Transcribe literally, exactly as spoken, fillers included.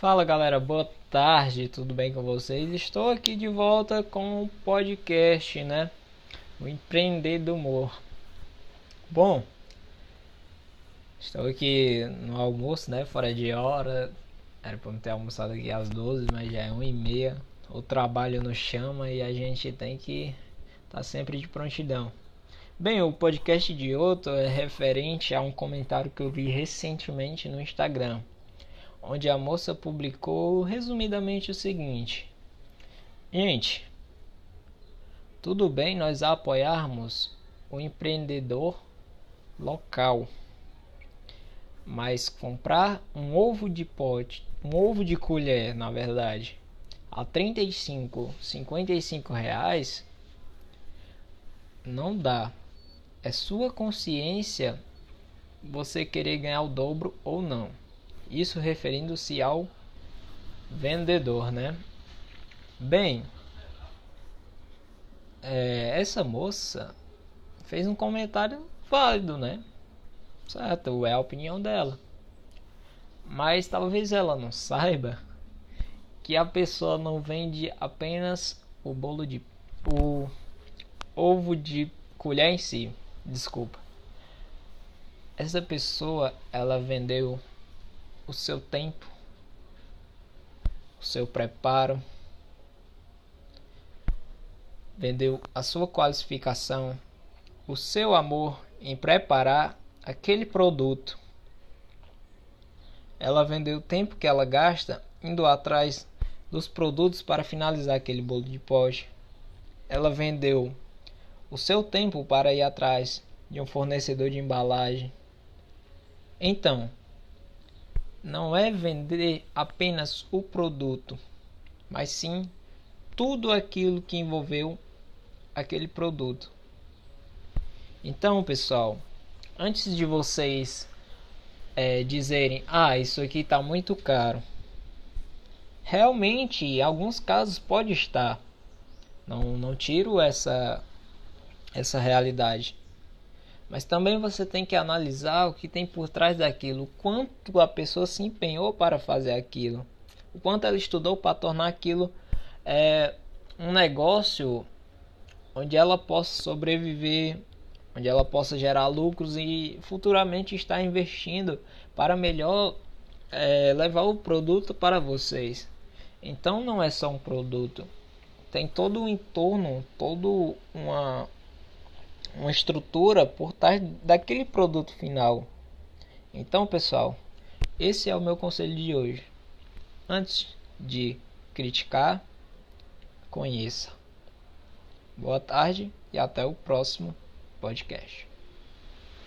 Fala galera, boa tarde, tudo bem com vocês? Estou aqui de volta com o podcast, né? O Empreender do Humor. Bom, estou aqui no almoço, né? Fora de hora. Era para eu ter almoçado aqui às doze, mas já é uma e meia. O trabalho nos chama e a gente tem que estar tá sempre de prontidão. Bem, o podcast de hoje é referente a um comentário que eu vi recentemente no Instagram, onde a moça publicou resumidamente o seguinte: gente, tudo bem nós apoiarmos o empreendedor local, mas comprar um ovo de pote, um ovo de colher, na verdade, a trinta e cinco, cinquenta e cinco reais, não dá. É sua consciência você querer ganhar o dobro ou não. Isso referindo-se ao vendedor, né? Bem, é, essa moça fez um comentário válido, né? Certo, é a opinião dela. Mas talvez ela não saiba que a pessoa não vende apenas o bolo de... o ovo de colher em si. Desculpa. Essa pessoa, ela vendeu o seu tempo, o seu preparo, vendeu a sua qualificação, o seu amor em preparar aquele produto. Ela vendeu o tempo que ela gasta indo atrás dos produtos para finalizar aquele bolo de pote. Ela vendeu o seu tempo para ir atrás de um fornecedor de embalagem. Então, não é vender apenas o produto, mas sim tudo aquilo que envolveu aquele produto. Então, pessoal, antes de vocês é, dizerem, ah, isso aqui está muito caro, realmente, em alguns casos pode estar. Não, não tiro essa, essa realidade. Mas também você tem que analisar o que tem por trás daquilo, o quanto a pessoa se empenhou para fazer aquilo, o quanto ela estudou para tornar aquilo é, um negócio onde ela possa sobreviver, onde ela possa gerar lucros e futuramente estar investindo para melhor é, levar o produto para vocês. Então não é só um produto, tem todo um entorno, todo uma uma estrutura por trás daquele produto final. Então, pessoal, esse é o meu conselho de hoje. Antes de criticar, conheça. Boa tarde e até o próximo podcast.